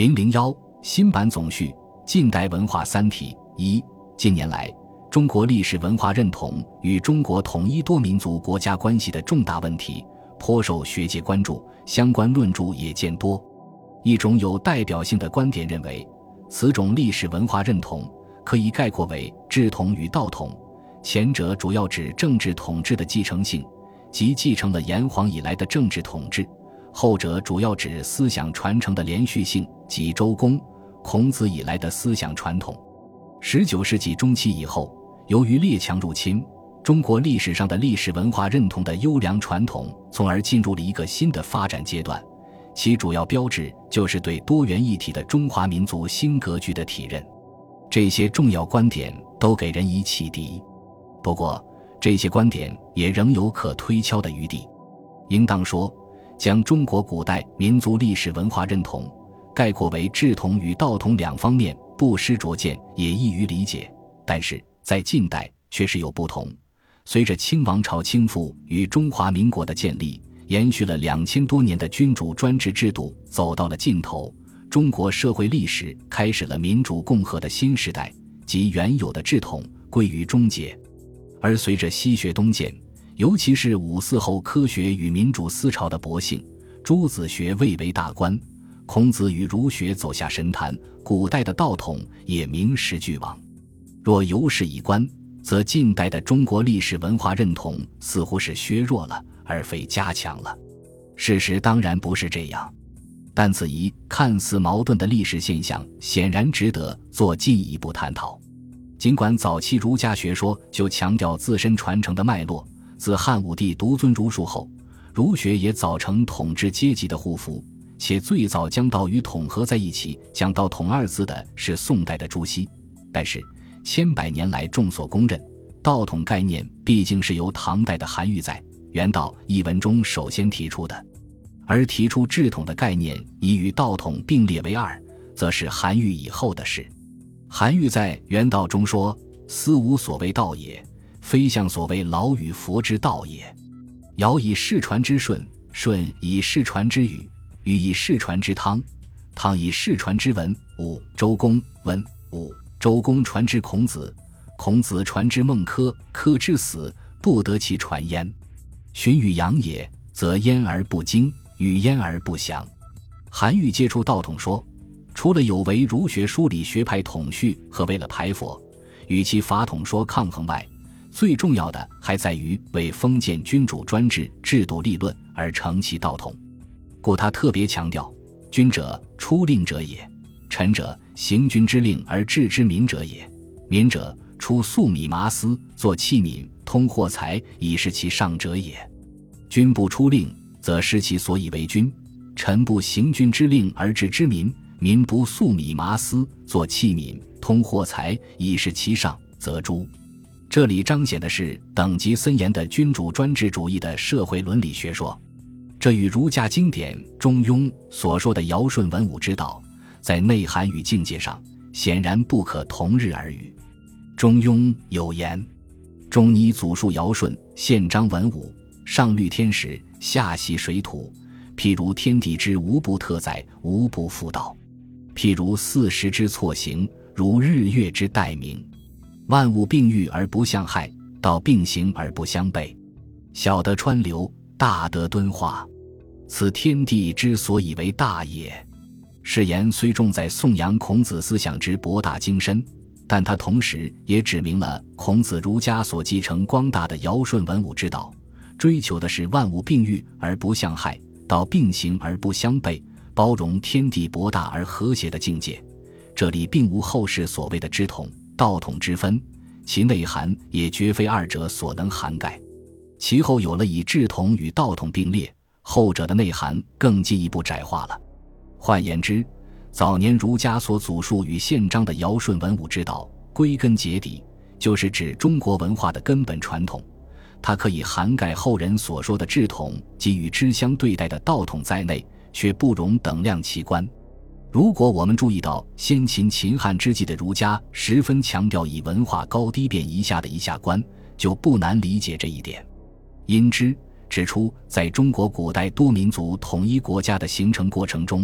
001新版总序近代文化三体1近年来中国历史文化认同与中国统一多民族国家关系的重大问题颇受学界关注，相关论著也见多。一种有代表性的观点认为，此种历史文化认同可以概括为志统与道统，前者主要指政治统治的继承性，即继承了炎黄以来的政治统治；后者主要指思想传承的连续性，即周公、孔子以来的思想传统。19世纪中期以后，由于列强入侵，中国历史上的历史文化认同的优良传统从而进入了一个新的发展阶段，其主要标志就是对多元一体的中华民族新格局的体认。这些重要观点都给人以启迪，不过这些观点也仍有可推敲的余地。应当说，将中国古代民族历史文化认同概括为志统与道统两方面不失拙见，也易于理解，但是在近代却是有不同。随着清王朝倾覆与中华民国的建立，延续了2000多年的君主专制制度走到了尽头，中国社会历史开始了民主共和的新时代，即原有的志统归于终结。而随着西学东渐，尤其是5、4后科学与民主思潮的勃兴，朱子学蔚为大观，孔子与儒学走下神坛，古代的道统也名实俱亡。若由是以观，则近代的中国历史文化认同似乎是削弱了，而非加强了。事实当然不是这样，但此一看似矛盾的历史现象显然值得做进一步探讨。尽管早期儒家学说就强调自身传承的脉络，自汉武帝独尊儒术后，儒学也早成统治阶级的护符，且最早将道与统合在一起讲到统二字的是宋代的朱熹，但是千百年来众所公认，道统概念毕竟是由唐代的韩愈在《原道》一文中首先提出的，而提出志统的概念已与道统并列为二，则是韩愈以后的事。韩愈在《原道》中说：“斯无所谓道也，非向所谓老与佛之道也。尧以世传之舜，舜以世传之禹，禹以世传之汤，汤以世传之文武，周公文武，周公传之孔子，孔子传之孟轲，轲之死，不得其传焉。荀与杨也，则焉而不精，与焉而不详。”韩愈接触道统说，除了有违儒学梳理学派统序和为了排佛与其法统说抗衡外，最重要的还在于为封建君主专制制度立论而成其道统。故他特别强调，君者出令者也，臣者行君之令而治之民者也，民者出粟米麻丝作器皿通货财以示其上者也。君不出令，则失其所以为君；臣不行君之令而治之民，民不粟米麻丝作器皿通货财以示其上，则诛。这里彰显的是等级森严的君主专制主义的社会伦理学说，这与儒家经典《中庸》所说的尧舜文武之道在内涵与境界上显然不可同日而语。中庸有言：中拟祖述尧舜，宪章文武，上律天时，下系水土，譬如天地之无不特载，无不复道；譬如四时之错行，如日月之待明。万物并育而不相害，道并行而不相悖。小得川流，大得敦化，此天地之所以为大也。是言虽重在颂扬孔子思想之博大精深，但他同时也指明了孔子儒家所继承光大的尧舜文武之道，追求的是万物并育而不相害，道并行而不相悖，包容天地博大而和谐的境界。这里并无后世所谓的志统道统之分，其内涵也绝非二者所能涵盖。其后有了以志统与道统并列，后者的内涵更进一步窄化了。换言之，早年儒家所祖述与宪章的尧舜文武之道，归根结底就是指中国文化的根本传统，它可以涵盖后人所说的志统及与之相对待的道统在内，却不容等量齐观。如果我们注意到先秦秦汉之际的儒家十分强调以文化高低变一下的一下观，就不难理解这一点。因之指出，在中国古代多民族统一国家的形成过程中，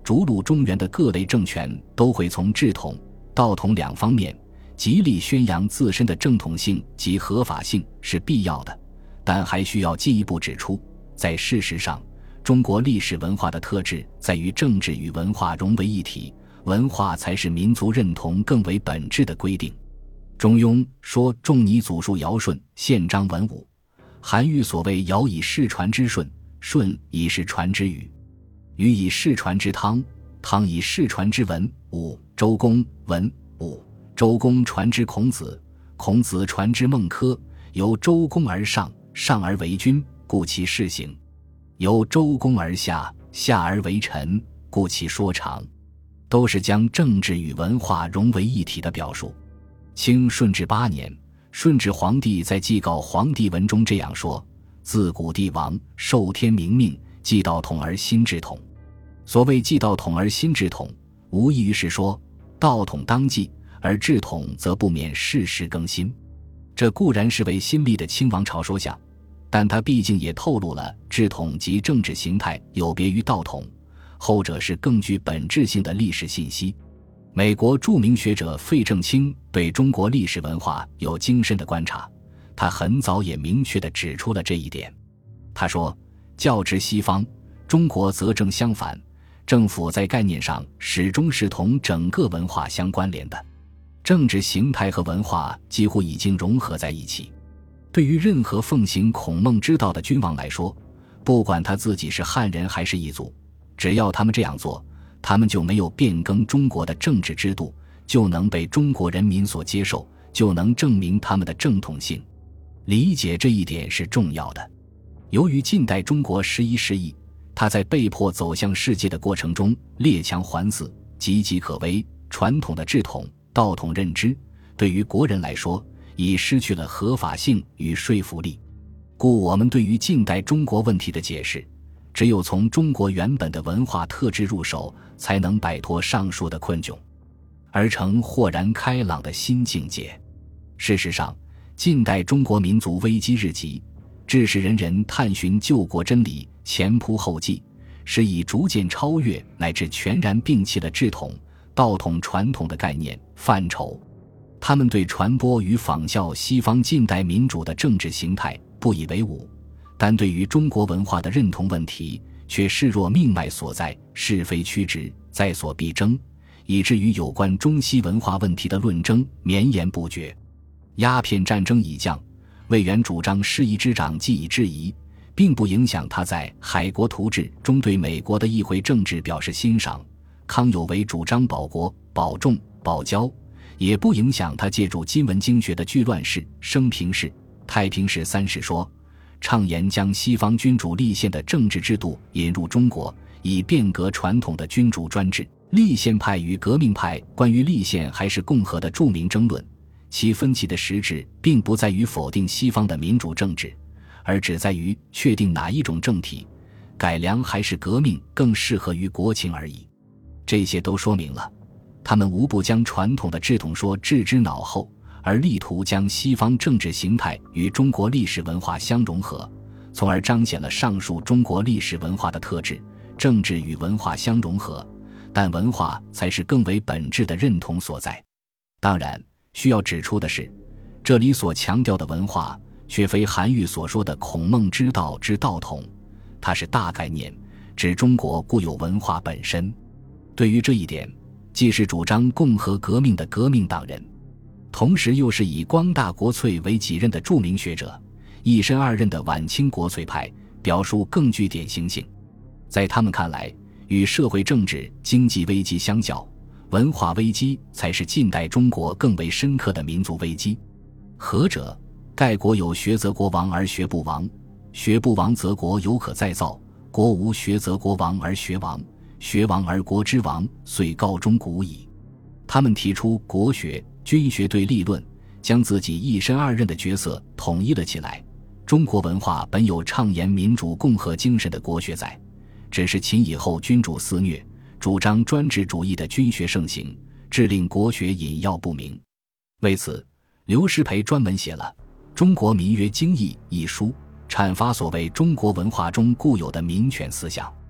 逐鹿中原的各类政权都会从治统、道统两方面极力宣扬自身的正统性及合法性是必要的，但还需要进一步指出，在事实上，中国历史文化的特质在于政治与文化融为一体，文化才是民族认同更为本质的规定。中庸说仲尼祖述尧舜，宪章文武。韩愈所谓尧以世传之舜，舜以世传之禹，禹以世传之汤，汤以世传之文武。周公文武，周公传之孔子，孔子传之孟轲。由周公而上，上而为君，故其事行；由周公而下，下而为臣，故其说长。都是将政治与文化融为一体的表述。清顺治8年，顺治皇帝在祭告皇帝文中这样说：自古帝王受天明命，既道统而心治统。所谓既道统而心治统，无异于是说道统当继，而治统则不免世事更新。这固然是为新立的清王朝说想，但它毕竟也透露了治统及政治形态有别于道统，后者是更具本质性的历史信息。美国著名学者费正清对中国历史文化有精深的观察，他很早也明确地指出了这一点。他说，较之西方，中国则正相反，政府在概念上始终是同整个文化相关联的，政治形态和文化几乎已经融合在一起。对于任何奉行孔孟之道的君王来说，不管他自己是汉人还是异族，只要他们这样做，他们就没有变更中国的政治制度，就能被中国人民所接受，就能证明他们的正统性。理解这一点是重要的。由于近代中国11世纪，他在被迫走向世界的过程中列强环伺，岌岌可危，传统的治统、道统认知对于国人来说已失去了合法性与说服力。故我们对于近代中国问题的解释，只有从中国原本的文化特质入手，才能摆脱上述的困窘，而成豁然开朗的新境界。事实上，近代中国民族危机日急，致使人人探寻救国真理，前仆后继，是以逐渐超越乃至全然摒弃了治统、道统传统的概念范畴。他们对传播与仿效西方近代民主的政治形态不以为忤，但对于中国文化的认同问题却视若命脉所在，是非曲直在所必争，以至于有关中西文化问题的论争绵延不绝。鸦片战争已降，魏源主张师夷之长既已质疑，并不影响他在《海国图志》中对美国的议会政治表示欣赏。康有为主张保国、保重、保交，也不影响他借助金文经学的巨乱世、升平世、太平世三世说，倡言将西方君主立宪的政治制度引入中国，以变革传统的君主专制。立宪派与革命派关于立宪还是共和的著名争论，其分歧的实质并不在于否定西方的民主政治，而只在于确定哪一种政体，改良还是革命更适合于国情而已。这些都说明了，他们无不将传统的治统说置之脑后，而力图将西方政治形态与中国历史文化相融合，从而彰显了上述中国历史文化的特质。政治与文化相融合，但文化才是更为本质的认同所在。当然，需要指出的是，这里所强调的文化却非韩愈所说的孔孟之道之道统，它是大概念，指中国固有文化本身。对于这一点，既是主张共和革命的革命党人，同时又是以光大国粹为己任的著名学者，一身二任的晚清国粹派表述更具典型性。在他们看来，与社会政治经济危机相较，文化危机才是近代中国更为深刻的民族危机。何者？盖国有学则国亡而学不亡，学不亡则国犹可再造，国无学则国亡而学亡，学亡而国之亡，遂告终古矣。他们提出国学、军学对立论，将自己一身二任的角色统一了起来。中国文化本有倡言民主共和精神的国学在，只是秦以后君主肆虐，主张专制主义的军学盛行，致令国学隐要不明。为此，刘师培专门写了《中国民约经义》一书，阐发所谓中国文化中固有的民权思想。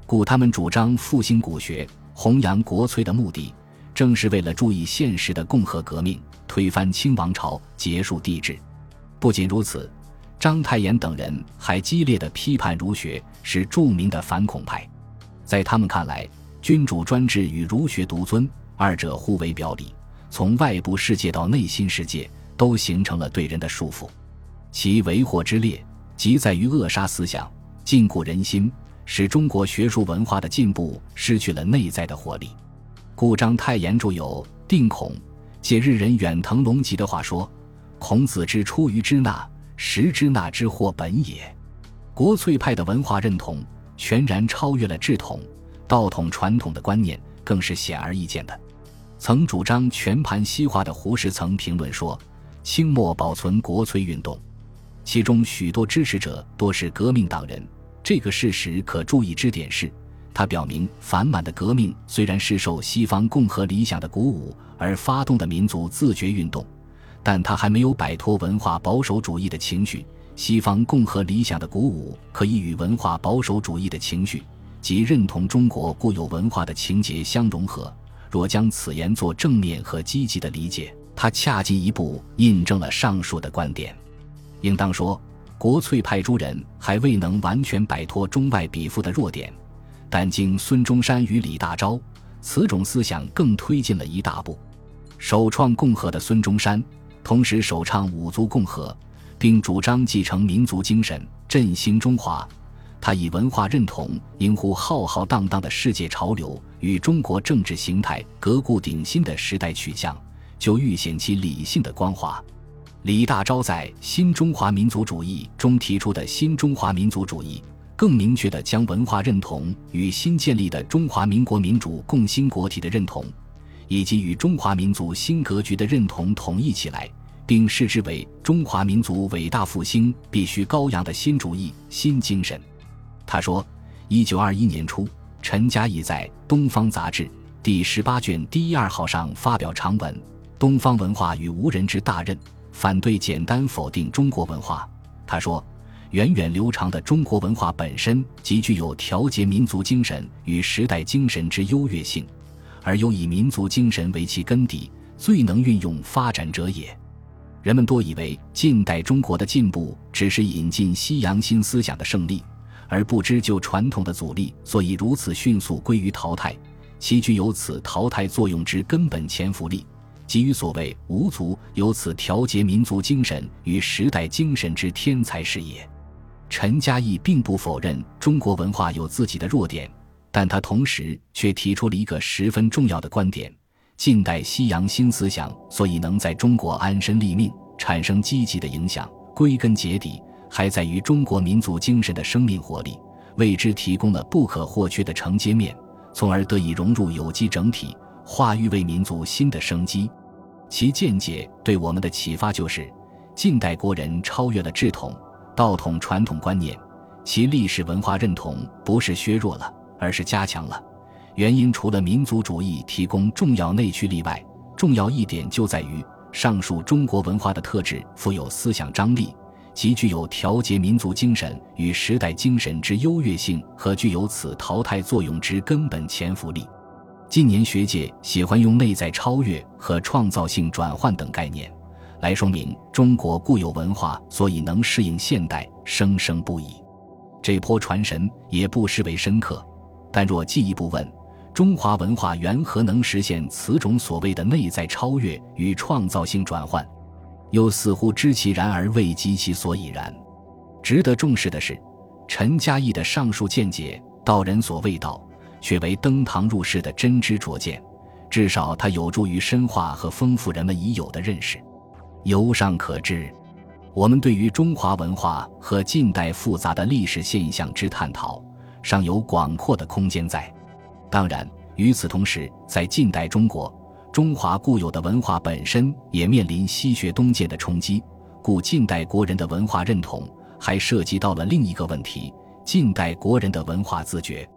故他们主张复兴古学，弘扬国粹的目的，正是为了助以现实的共和革命，推翻清王朝，结束帝制。不仅如此，章太炎等人还激烈地批判儒学，是著名的反孔派。在他们看来，君主专制与儒学独尊，二者互为表里，从外部世界到内心世界，都形成了对人的束缚。其为祸之烈，即在于扼杀思想，禁锢人心，使中国学术文化的进步失去了内在的活力。故章太炎著有《定孔》，借日人远藤隆吉的话说：“孔子之出于支那，实支那之祸本也。”国粹派的文化认同全然超越了制统、道统传统的观念，更是显而易见的。曾主张全盘西化的胡适曾评论说：“清末保存国粹运动，其中许多支持者多是革命党人。这个事实可注意之点是，它表明反满的革命虽然是受西方共和理想的鼓舞而发动的民族自觉运动，但它还没有摆脱文化保守主义的情绪。西方共和理想的鼓舞可以与文化保守主义的情绪，即认同中国固有文化的情节相融合。若将此言做正面和积极的理解，它恰进一步印证了上述的观点。应当说，国粹派诸人还未能完全摆脱中外比附的弱点，但经孙中山与李大钊，此种思想更推进了一大步。首创共和的孙中山，同时首倡五族共和，并主张继承民族精神，振兴中华。他以文化认同应乎浩浩荡荡的世界潮流与中国政治形态革故鼎新的时代取向，就愈显其理性的光华。李大钊在《新中华民族主义》中提出的新中华民族主义，更明确地将文化认同与新建立的中华民国民主共兴国体的认同，以及与中华民族新格局的认同统一起来，并视之为中华民族伟大复兴必须高扬的新主义、新精神。他说，1921年初，陈嘉译在《东方杂志》第18卷第1、2号上发表长文《东方文化与无人之大任》，反对简单否定中国文化。他说，源远流长的中国文化本身即具有调节民族精神与时代精神之优越性，而又以民族精神为其根底，最能运用发展者也。人们多以为近代中国的进步只是引进西洋新思想的胜利，而不知就传统的阻力，所以如此迅速归于淘汰，其具有此淘汰作用之根本潜伏力，即与所谓无族有此调节民族精神与时代精神之天才是也。陈嘉译并不否认中国文化有自己的弱点，但他同时却提出了一个十分重要的观点：近代西洋新思想所以能在中国安身立命，产生积极的影响，归根结底还在于中国民族精神的生命活力，为之提供了不可或缺的承接面，从而得以融入有机整体，化育为民族新的生机。其见解对我们的启发就是，近代国人超越了制统、道统传统观念，其历史文化认同不是削弱了，而是加强了。原因除了民族主义提供重要内驱力外，重要一点就在于上述中国文化的特质富有思想张力，即具有调节民族精神与时代精神之优越性和具有此淘汰作用之根本潜伏力。近年学界喜欢用内在超越和创造性转换等概念来说明中国固有文化所以能适应现代，生生不已。这颇传神，也不失为深刻。但若进一步问，中华文化缘何能实现此种所谓的内在超越与创造性转换，又似乎知其然而未及其所以然。值得重视的是，陈嘉译的上述见解道人所未道，却为登堂入室的真知灼见，至少它有助于深化和丰富人们已有的认识。由上可知，我们对于中华文化和近代复杂的历史现象之探讨尚有广阔的空间在。当然，与此同时，在近代中国，中华固有的文化本身也面临西学东渐的冲击，故近代国人的文化认同还涉及到了另一个问题：近代国人的文化自觉。